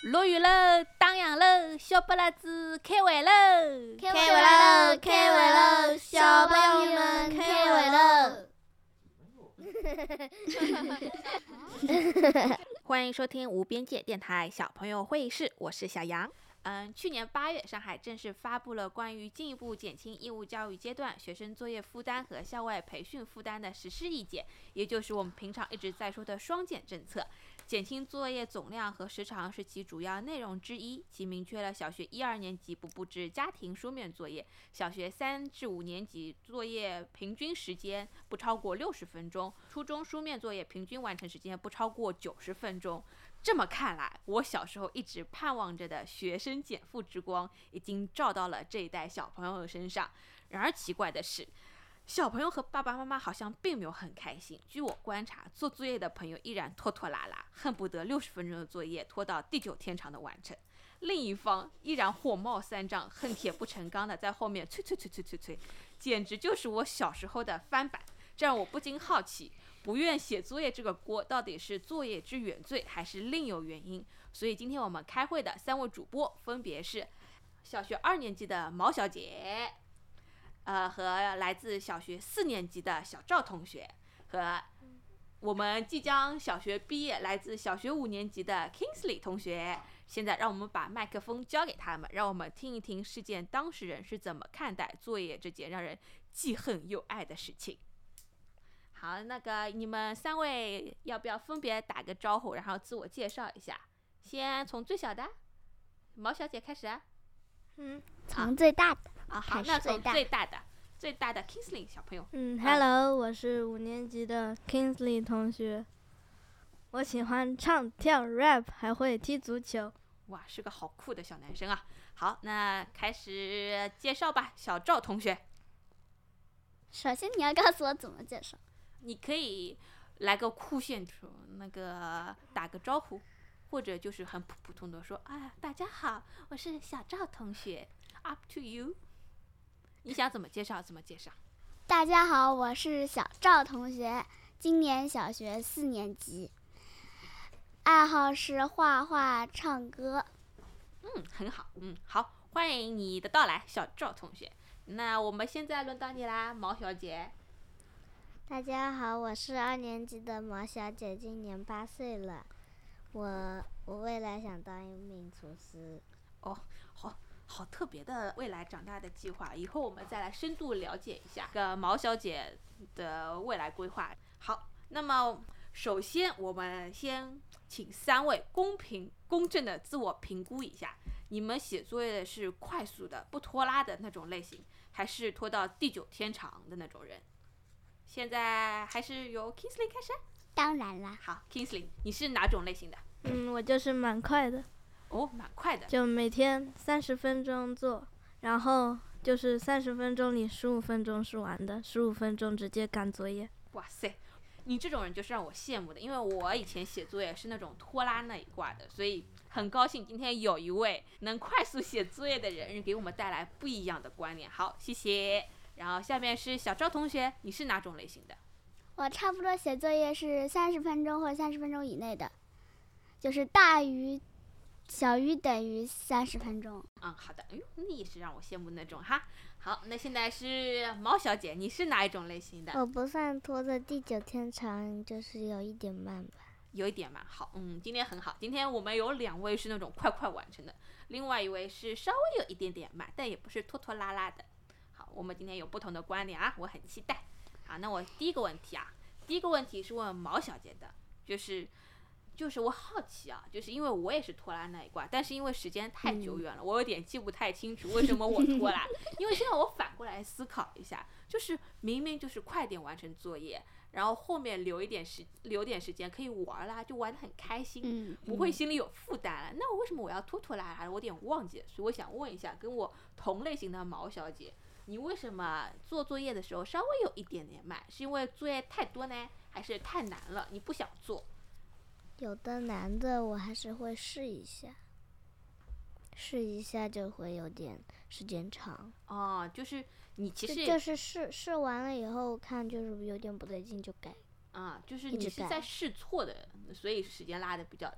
落雨喽，打烊喽，小不拉子开会喽！ 开会喽，开会喽，小朋友们开会喽！ 欢迎收听无边界电台小朋友会议室，我是小杨。去年8月，上海正式发布了关于进一步减轻义务教育阶段学生作业负担和校外培训负担的实施意见，也就是我们平常一直在说的双减政策。减轻作业总量和时长是其主要内容之一，其明确了小学1、2年级不布置家庭书面作业，小学3至5年级作业平均时间不超过60分钟，初中书面作业平均完成时间不超过90分钟。这么看来，我小时候一直盼望着的学生减负之光已经照到了这一代小朋友身上。然而奇怪的是，小朋友和爸爸妈妈好像并没有很开心。据我观察，做作业的朋友依然拖拖拉拉，恨不得60分钟的作业拖到地久天长的完成。另一方依然火冒三丈，恨铁不成钢的在后面催，简直就是我小时候的翻版。这让我不禁好奇，不愿写作业这个锅到底是作业之原罪还是另有原因？所以今天我们开会的3位主播分别是小学2年级的毛小姐，和来自小学4年级的小赵同学，和我们即将小学毕业来自小学5年级的 Kingsley 同学。现在让我们把麦克风交给他们，让我们听一听事件当事人是怎么看待作业这件让人既恨又爱的事情。好，那个你们3位要不要分别打个招呼，然后自我介绍一下？先从最小的毛小姐开始。 从最大的好，那从最大的 Kingsley 小朋友。 Hello， 我是5年级的 Kingsley 同学，我喜欢唱跳 rap， 还会踢足球。 哇，是个好酷的小男生啊！好，那开始介绍吧，小赵同学。 首先你要告诉我怎么介绍。 你可以来个酷炫处，那个打个招呼，或者就是很普通的说，大家好，我是小赵同学 ，up to you。你想怎么介绍怎么介绍。 大家好，我是小赵同学，今年小学4年级，爱好是画画、唱歌。 很好，好，欢迎你的到来，小赵同学。那我们现在轮到你啦，毛小姐。 大家好，我是2年级的毛小姐，今年8岁了。我未来想当一名厨师。 哦，好特别的未来长大的计划，以后我们再来深度了解一下个毛小姐的未来规划。好，那么首先我们先请3位公平公正的自我评估一下，你们写作业的是快速的不拖拉的那种类型，还是拖到地久天长的那种人？现在还是由 Kingsley 开始。 当然啦。 好 Kingsley， 你是哪种类型的？ 我就是蛮快的。 蛮快的。 就每天30分钟做，然后就是30分钟里15分钟是玩的，15分钟直接赶作业。 哇塞，你这种人就是让我羡慕的，因为我以前写作业是那种拖拉那一挂的，所以很高兴今天有一位能快速写作业的人给我们带来不一样的观念。好，谢谢。然后下面是小赵同学，你是哪种类型的？ 我差不多写作业是30分钟或者30分钟以内的，就是小于等于30分钟。 好的。那也是让我羡慕那种哈。好，那现在是毛小姐，你是哪一种类型的？ 我不算拖着地久天长，就是有一点慢吧。 有一点慢。好，今天很好。今天我们有2位是那种快完成的，另外1位是稍微有一点点慢，但也不是拖拖拉拉的。好，我们今天有不同的观点啊，我很期待。好，那我第一个问题是问毛小姐的，就是我好奇啊，就是因为我也是拖拉那一挂，但是因为时间太久远了，我有点记不太清楚为什么我拖拉。因为现在我反过来思考一下，就是明明就是快点完成作业，然后后面留点时间可以玩啦，就玩得很开心，不会心里有负担了。那我为什么我要拖拉拉？我有点忘记了，所以我想问一下，跟我同类型的毛小姐，你为什么做作业的时候稍微有一点点慢？是因为作业太多呢，还是太难了你不想做？ 有的难的我还是会试一下就会有点时间长。 就是你其实就是试完了以后看就是有点不对劲就改。 就是你是在试错的，所以时间拉的比较长。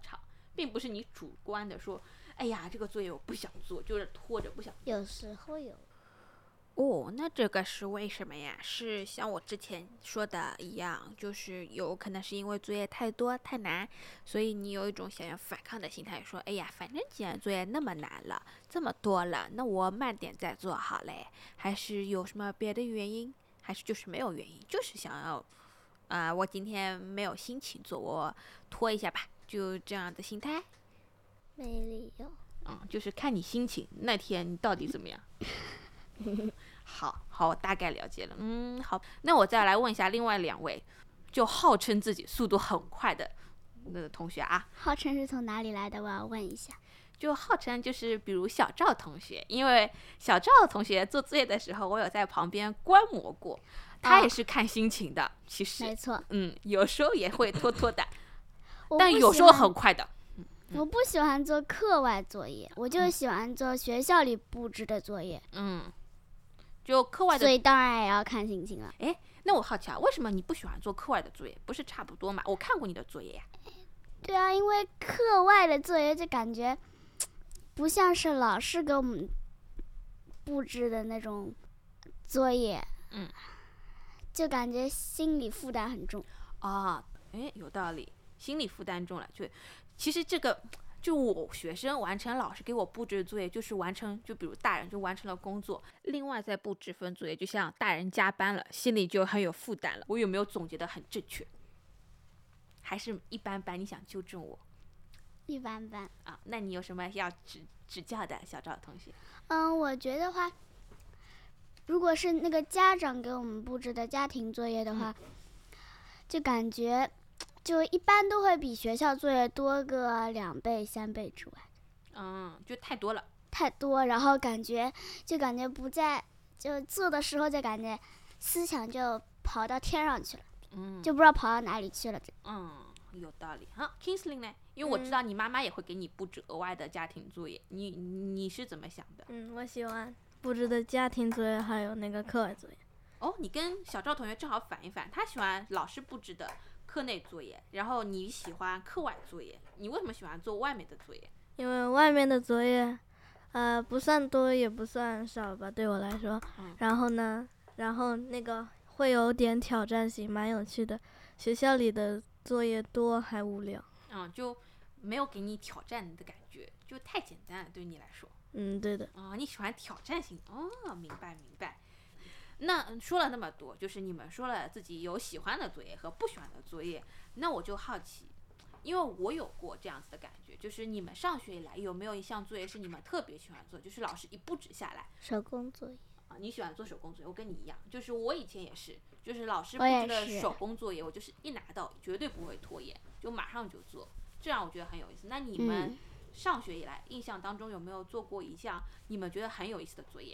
并不是你主观的说，哎呀，这个作业我不想做，就是拖着不想做。 有时候有。 哦，那这个是为什么呀？是像我之前说的一样，就是有可能是因为作业太多太难，所以你有一种想要反抗的心态，说，哎呀，反正既然作业那么难了，这么多了，那我慢点再做好嘞。还是有什么别的原因？还是就是没有原因，就是想要，我今天没有心情做，我拖一下吧，就这样的心态。 没理由。 就是看你心情，那天你到底怎么样。好，我大概了解了。好，那我再来问一下另外2位，就号称自己速度很快的同学啊。 号称是从哪里来的？我要问一下。 就号称就是比如小赵同学，因为小赵同学做作业的时候，我有在旁边观摩过，他也是看心情的。其实没错， 有时候也会拖的， 我不但有时候很快的。 我不喜欢做课外作业，我就喜欢做学校里布置的作业。 就课外的， 所以当然也要看心情了。 那我好奇啊，为什么你不喜欢做课外的作业？不是差不多吗？我看过你的作业呀。 对啊，因为课外的作业就感觉不像是老师给我们布置的那种作业，就感觉心理负担很重。 有道理，心理负担重了。其实这个。就我学生完成老师给我布置的作业，就是完成，就比如大人就完成了工作，另外再布置份作业，就像大人加班了，心里就很有负担了。我有没有总结得很正确？还是一般般？你想纠正我？ 一般般那你有什么要指教的，小赵同学？ 我觉得话，如果是那个家长给我们布置的家庭作业的话，就感觉。就一般都会比学校作业多个2倍3倍之外， 就太多了， 太多，然后感觉不在，就做的时候就感觉思想就跑到天上去了，就不知道跑到哪里去了。 有道理。Kingsley 呢？因为我知道你妈妈也会给你布置额外的家庭作业，你是怎么想的？ 我喜欢布置的家庭作业还有那个课外作业。 你跟小赵同学正好反一反，他喜欢老师布置的课内作业，然后你喜欢课外作业。你为什么喜欢做外面的作业？ 因为外面的作业，不算多也不算少吧，对我来说。然后那个会有点挑战性，蛮有趣的。学校里的作业多还无聊。 就没有给你挑战的感觉，就太简单了，对你来说。 对的。 你喜欢挑战性。明白。那说了那么多，就是你们说了自己有喜欢的作业和不喜欢的作业，那我就好奇，因为我有过这样子的感觉，就是你们上学以来有没有一项作业是你们特别喜欢做，就是老师一布置下来， 手工作业。 你喜欢做手工作业，我跟你一样，就是我以前也是，就是老师布置的手工作业，我就是一拿到绝对不会拖延，就马上就做，这样我觉得很有意思。那你们上学以来印象当中有没有做过一项你们觉得很有意思的作业？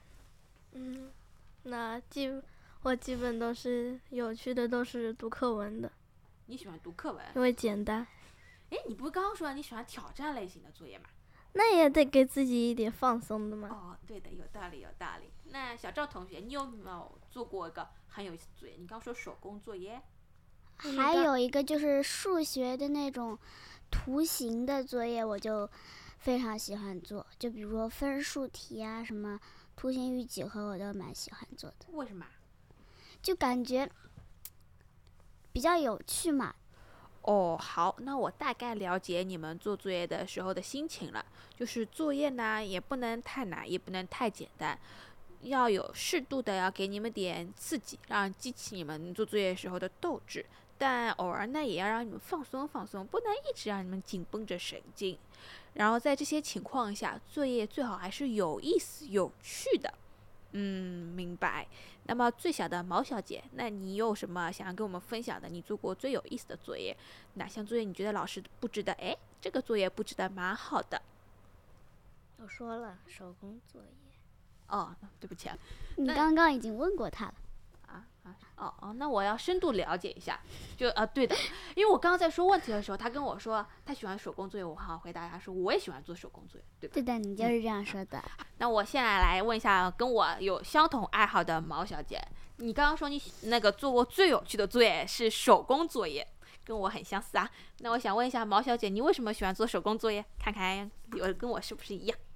我基本都是有趣的，都是读课文的。 你喜欢读课文？ 因为简单。 你不是刚刚说你喜欢挑战类型的作业吗？ 那也得给自己一点放松的嘛。 对的，有道理。那小赵同学，你有没有做过一个很有意思的作业？你刚说手工作业， 还有一个就是数学的那种图形的作业，我就非常喜欢做，就比如说分数题啊，什么图形与几何，我都蛮喜欢做的。 为什么？ 就感觉比较有趣嘛。 好，那我大概了解你们做作业的时候的心情了。就是作业呢，也不能太难，也不能太简单，要有适度的，要给你们点刺激，让激起你们做作业时候的斗志。但偶尔呢，也要让你们放松放松，不能一直让你们紧绷着神经。然后在这些情况下，作业最好还是有意思、有趣的。明白。那么最小的毛小姐，那你有什么想要跟我们分享的？你做过最有意思的作业，哪项作业你觉得老师布置的，这个作业布置的蛮好的？ 我说了，手工作业。 对不起啊， 你刚刚已经问过他了。 那我要深度了解一下。对的，因为我刚刚在说问题的时候，他跟我说他喜欢手工作业，我好好回答他说我也喜欢做手工作业，对吧？ 对的，你就是这样说的。 那我现在来问一下跟我有相同爱好的毛小姐，你刚刚说你那个做过最有趣的作业是手工作业， 跟我很相似啊。那我想问一下毛小姐，你为什么喜欢做手工作业？看看有跟我是不是一样？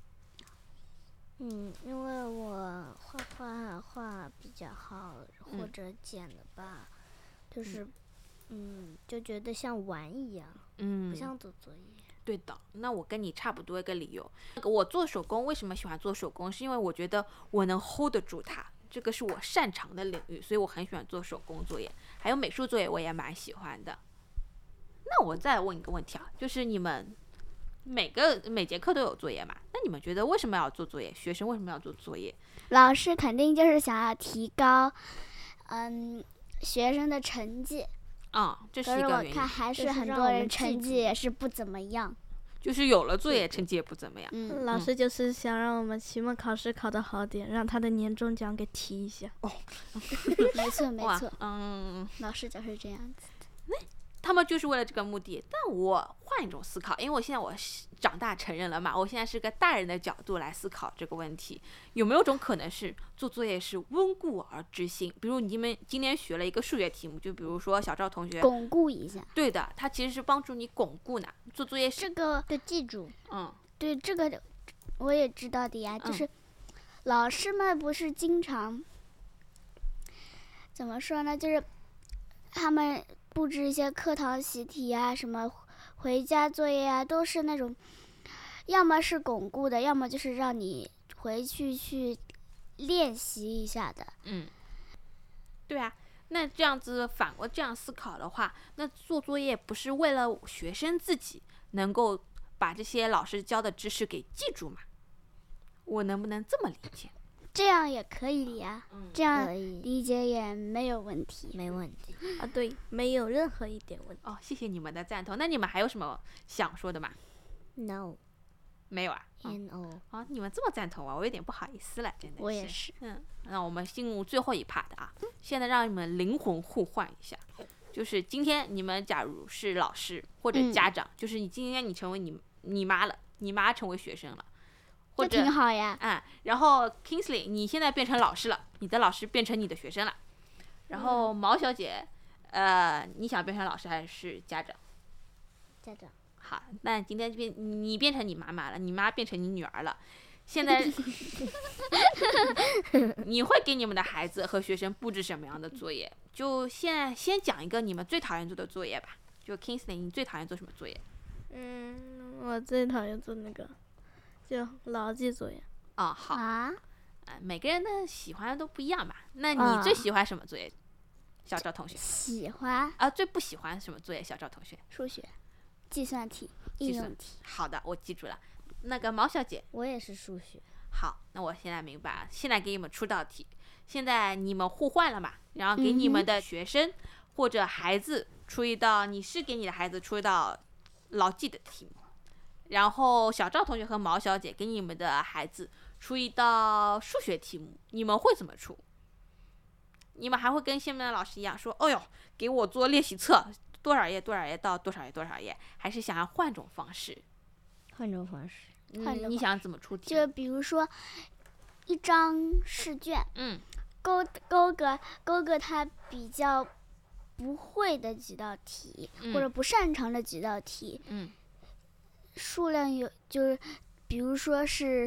因为我画比较好，或者剪的吧，就是就觉得像玩一样，不像做作业。 对的，那我跟你差不多一个理由。我做手工为什么喜欢做手工？是因为我觉得我能 hold 得住它，这个是我擅长的领域，所以我很喜欢做手工作业。还有美术作业我也蛮喜欢的。那我再问一个问题啊，就是你们每节课都有作业嘛？那你们觉得为什么要做作业？学生为什么要做作业？ 老师肯定就是想要提高学生的成绩。 这是可是一个原因。 我看还是很多人成绩也是不怎么样。 就是有了作业，成绩也不怎么样。 老师就是想让我们期末考试考得好点，让他的年终奖给提一下。 没错没错， 老师就是这样子的。 他们就是为了这个目的。但我换一种思考，因为我长大成人了嘛，我现在是个大人的角度来思考这个问题。有没有种可能是做作业是温故而知新？比如你们今天学了一个数学题目，就比如说小赵同学巩固一下。 对的，它其实是帮助你巩固呢。做作业是这个就记住。 对，这个我也知道的呀，就是老师们不是经常怎么说呢，就是他们布置一些课堂习题啊，什么回家作业啊，都是那种要么是巩固的，要么就是让你回去练习一下的。 对啊。那这样子反过这样思考的话，那做作业不是为了学生自己能够把这些老师教的知识给记住吗？我能不能这么理解？ 这样也可以呀，这样可以理解也没有问题。 没问题。 对，没有任何一点问题。 谢谢你们的赞同。那你们还有什么想说的吗？ No。 没有啊。你们这么赞同我有点不好意思了，真的是。 我也是。 那我们进入最后一 part 啊，现在让你们灵魂互换一下。就是今天你们假如是老师或者家长，就是今天你成为你妈了，你妈成为学生了，或者挺好呀。 然后 Kingsley 你现在变成老师了，你的老师变成你的学生了。然后毛小姐，你想变成老师还是家长？ 家长。 好，那今天你变成你妈妈了，你妈变成你女儿了。现在你会给你们的孩子和学生布置什么样的作业？就现在先讲一个你们最讨厌做的作业吧。就 Kingsley 你最讨厌做什么作业？ 我最讨厌做那个就牢记作业。 好每个人的喜欢都不一样吧。那你最喜欢什么作业？小赵同学。 喜欢最不喜欢什么作业？小赵同学。 数学、计算题、应用题。 好的，我记住了。那个毛小姐。 我也是数学。 好，那我现在明白了。现在给你们出道题，现在你们互换了嘛？然后给你们的学生或者孩子出一道，你是给你的孩子出一道牢记的题目，然后小赵同学和毛小姐给你们的孩子出一道数学题目，你们会怎么出？你们还会跟现在的老师一样说，给我做练习册，多少页多少页到多少页多少页，还是想要换种方式？ 换种方式。 你想怎么出题？ 就比如说一张试卷，勾个他比较不会的几道题，或者不擅长的几道题，数量就是比如说是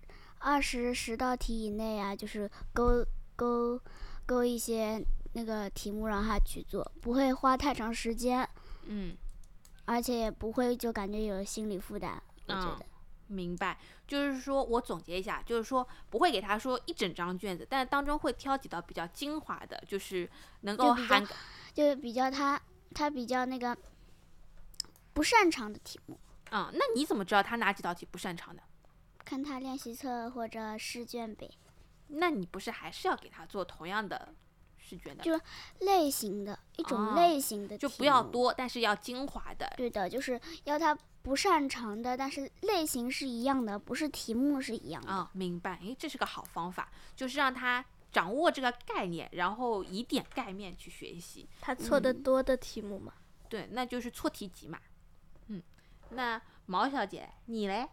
10道题以内啊，就是勾一些那个题目让他去做，不会花太长时间，而且也不会就感觉有心理负担，我觉得。 明白，就是说我总结一下，就是说不会给他说一整张卷子，但是当中会挑几道比较精华的，就是能够就比较他比较那个不擅长的题目。 那你怎么知道他哪几道题不擅长的？ 看他练习册或者试卷呗。 那你不是还是要给他做同样的试卷的？ 就类型的一种类型的题目， 就不要多，但是要精华的。 对的，就是要他不擅长的，但是类型是一样的，不是题目是一样的。 明白。这是个好方法，就是让他掌握这个概念，然后以点盖面去学习。 他错的多的题目嘛？ 对，那就是错题集嘛。那毛小姐你嘞？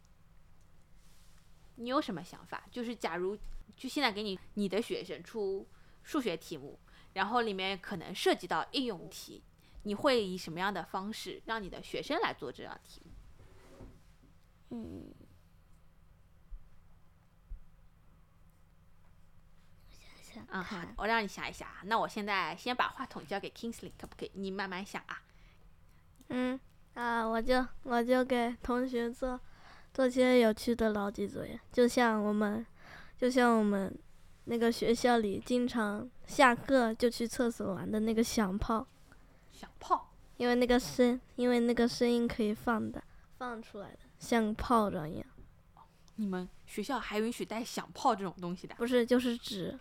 你有什么想法？就是假如就现在给你的学生出数学题目，然后里面可能涉及到应用题， 你会以什么样的方式让你的学生来做这道题目？好，我让你想一想。那我现在先把话筒交给 Kingsley， 可不可以？你慢慢想啊。 我就给同学做些有趣的牢记作业，就像我们那个学校里经常下课就去厕所玩的那个响炮，因为那个声音可以放出来的，像炮仗一样。 你们学校还允许带响炮这种东西的？ 不是，就是纸。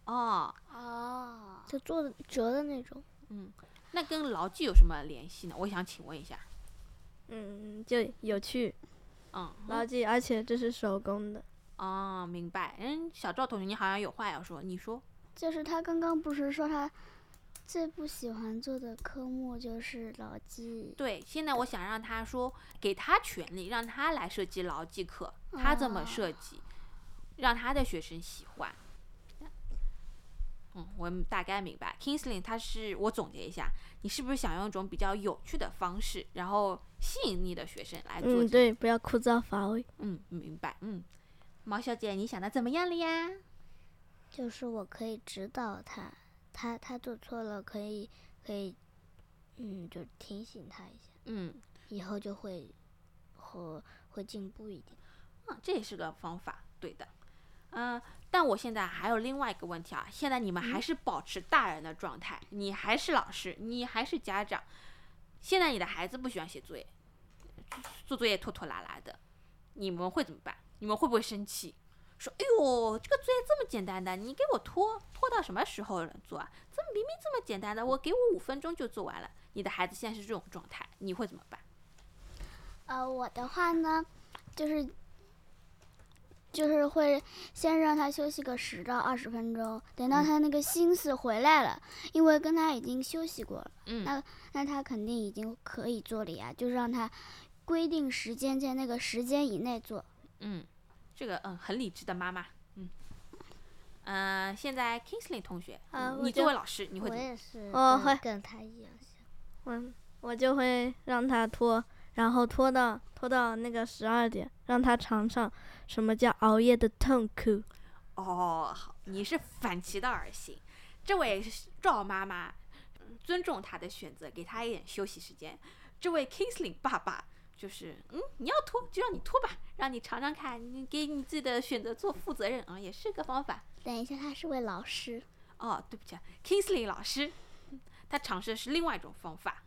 就做的折的那种。 那跟牢记有什么联系呢？我想请问一下。 就有趣。牢记，而且这是手工的。 明白。小赵同学，你好像有话要说，你说。 就是他刚刚不是说他最不喜欢做的科目就是牢记？ 对，现在我想让他说，给他权利，让他来设计牢记课，他这么设计，让他的学生喜欢。我大概明白。Kingsley， 我总结一下，你是不是想用一种比较有趣的方式，然后吸引你的学生来做？ 对，不要枯燥乏味。 明白。毛小姐，你想的怎么样了呀？ 就是我可以指导他做错了，可以，就提醒他一下。以后就会进步一点。 这也是个方法，对的。但我现在还有另外一个问题啊，现在你们还是保持大人的状态，你还是老师，你还是家长。现在你的孩子不喜欢写作业，做作业拖拖拉拉的，你们会怎么办？你们会不会生气？说，哎呦，这个作业这么简单的，你给我拖到什么时候能做啊？明明这么简单的，给我5分钟就做完了。你的孩子现在是这种状态，你会怎么办？ 我的话呢，就是会先让他休息个10到20分钟，等到他那个心思回来了，因为跟他已经休息过了，那他肯定已经可以做了呀，就让他规定时间，在那个时间以内做。 这个很理智的妈妈。现在 Kingsley 同学，你作为老师，你会怎么？ 我也是，跟他一样想。 我就会让他拖，然后拖到那个12点，让他尝尝什么叫熬夜的痛苦。 好，你是反其道而行。这位赵妈妈尊重他的选择，给他一点休息时间。这位 Kingsley 爸爸就是你要拖就让你拖吧，让你尝尝看，你给你自己的选择做负责任也是个方法。 等一下，他是位老师。 对不起，Kingsley 老师，他尝试的是另外一种方法。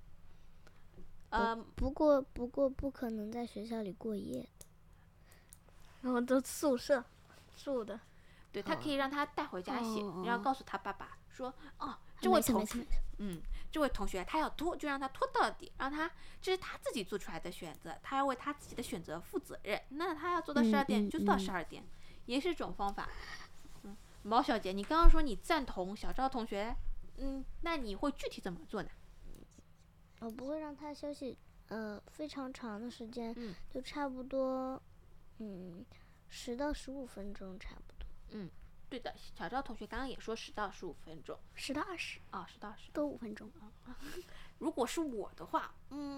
不过不可能在学校里过夜的。 然后都宿舍住的。 对，他可以让他带回家写，然后告诉他爸爸说，这位同学，这位同学他要拖，就让他拖到底，让他这是他自己做出来的选择，他要为他自己的选择负责任。那他要做到12点就做到12点，也是一种方法。毛小姐，你刚刚说你赞同小赵同学，那你会具体怎么做呢？ 我不会让他休息非常长的时间，就差不多10到15分钟差不多。 对的，小赵同学刚刚也说10到15分钟 ，10到20。 10到20 都5分钟。 如果是我的话，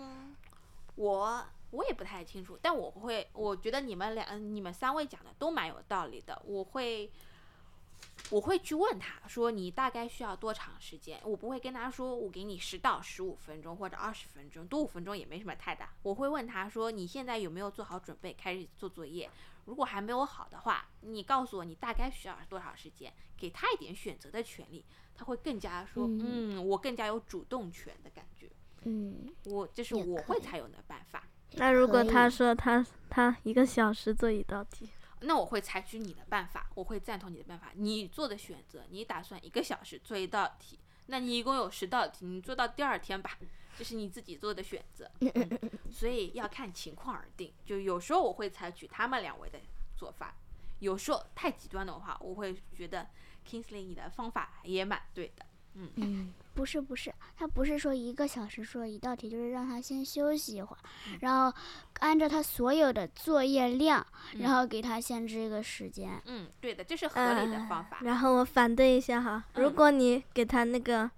我也不太清楚，但我觉得你们3位讲的都蛮有道理的。我会去问他说你大概需要多长时间，我不会跟他说我给你10到15分钟或者20分钟，多5分钟也没什么太大。我会问他说你现在有没有做好准备开始做作业，如果还没有好的话，你告诉我你大概需要多少时间，给他一点选择的权利，他会更加说我更加有主动权的感觉。这是我会采用的办法。 那如果他说他1个小时做一道题， 那我会采取你的办法，我会赞同你的办法。你做的选择，你打算1个小时做一道题，那你一共有10道题，你做到第2天吧，这是你自己做的选择。所以要看情况而定，就有时候我会采取他们2位的做法，有时候太极端的话，我会觉得 Kingsley 你的方法也蛮对的。 不是，他不是说1个小时做一道题，就是让他先休息一会儿，然后按照他所有的作业量，然后给他限制一个时间。 对的，这是合理的方法。 然后我反对一下哈，如果你给他那个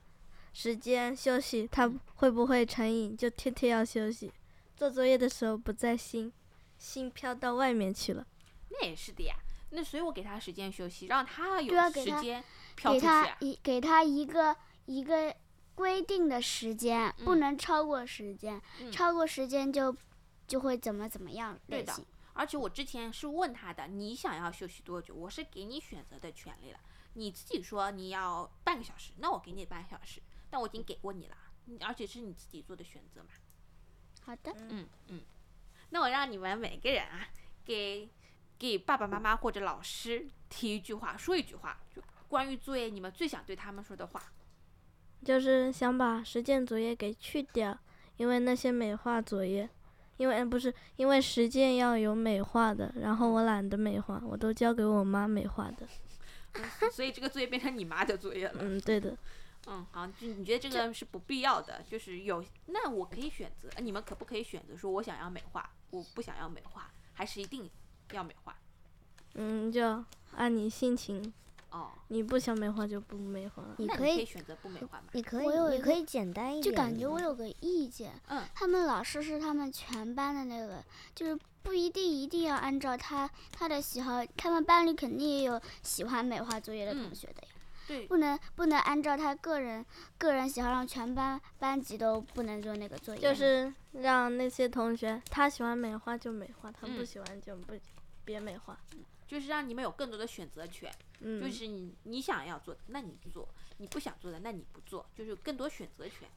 时间休息，他会不会成瘾，就天天要休息。做作业的时候不在心飘到外面去了。 那也是的呀。那所以我给他时间休息，让他有时对啊间飘出去啊。 给他一个规定的时间，不能超过时间，超过时间就会怎么样类型。 而且我之前是问他的，你想要休息多久？我是给你选择的权利了。你自己说你要半个小时，那我给你半个小时。但我已经给过你了，而且是你自己做的选择嘛。 好的。 那我让你们每个人啊，给爸爸妈妈或者老师提一句话，说一句话，就关于作业，你们最想对他们说的话。 就是想把实践作业给去掉，因为那些美化作业，因为实践要有美化的，然后我懒得美化，我都交给我妈美化的。 所以这个作业变成你妈的作业了。 对的。 好，就你觉得这个是不必要的，就是那我可以选择，你们可不可以选择说我想要美化，我不想要美化，还是一定要美化？ 就按你心情。你不想美化就不美化了。 你可以选择不美化嘛？ 你可以简单一点。 就感觉我有个意见，他们老师是他们全班的那个，就是不一定要按照他的喜好，他们班里肯定也有喜欢美化作业的同学的呀。 对， 不能按照他个人喜好，让全班级都不能做那个作业。 就是让那些同学他喜欢美化就美化，他不喜欢就别美化。 就是让你们有更多的选择权。就是你想要做的，那你做；你不想做的，那你不做，就是更多选择权。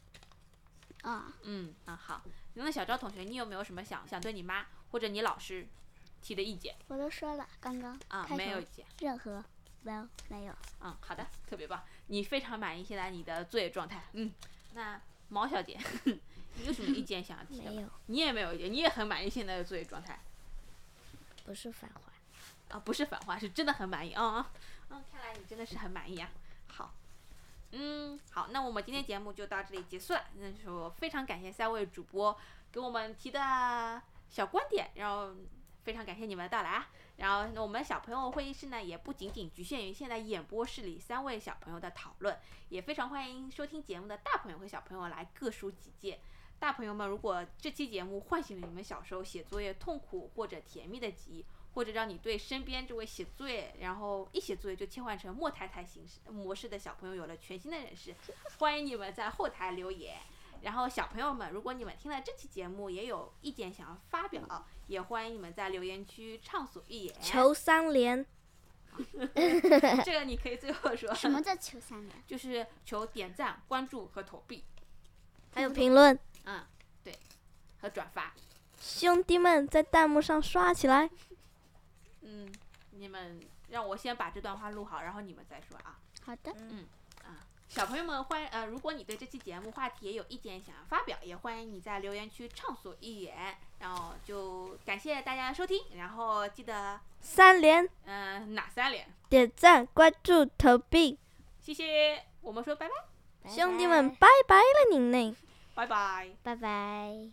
好。那小赵同学，你有没有什么想对你妈或者你老师提的意见？ 我都说了，刚刚没有意见， 任何没有。 好的，特别棒，你非常满意现在你的作业状态。那毛小姐，你有什么意见想要提的？ 没有。 你也没有意见，你也很满意现在的作业状态。 不是反话。 不是反话，是真的很满意。看来你真的是很满意啊。好，好，那我们今天节目就到这里结束了。那是我非常感谢3位主播给我们提的小观点，然后非常感谢你们的到来啊。然后我们小朋友会议室呢，也不仅仅局限于现在演播室里3位小朋友的讨论，也非常欢迎收听节目的大朋友和小朋友来各抒己见。大朋友们，如果这期节目唤醒了你们小时候写作业痛苦或者甜蜜的记忆，或者让你对身边这位写作业，然后一写作业就切换成默太太模式的小朋友有了全新的认识，欢迎你们在后台留言。然后小朋友们，如果你们听了这期节目也有意见想要发表，也欢迎你们在留言区畅所欲言。 求3连。 这个你可以最后说。 什么叫求3连？ 就是求点赞、关注和投币， 还有评论。 对，和转发。 兄弟们在弹幕上刷起来。 你们让我先把这段话录好，然后你们再说啊。 好的。 小朋友们如果你对这期节目话题也有意见想要发表，也欢迎你在留言区畅所欲言。然后就感谢大家收听，然后记得 3连。 哪3连？ 点赞、关注、投币。 谢谢，我们说拜拜。 兄弟们，拜拜了您呢。 拜拜。 拜拜。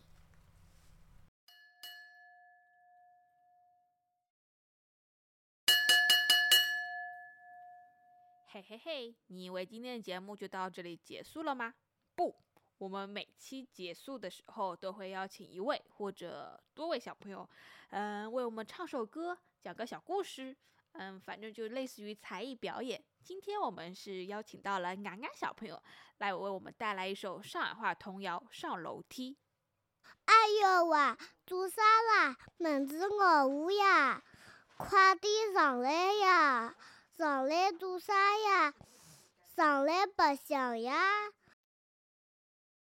嘿，你以为今天的节目就到这里结束了吗？不，我们每期结束的时候都会邀请1位或者多位小朋友，为我们唱首歌，讲个小故事，反正就类似于才艺表演。今天我们是邀请到了安安小朋友来为我们带来一首上海话童谣《上楼梯》。 哎呦哇，做啥啦？门子我屋呀，快点上来呀！上来做啥呀？上来白相呀！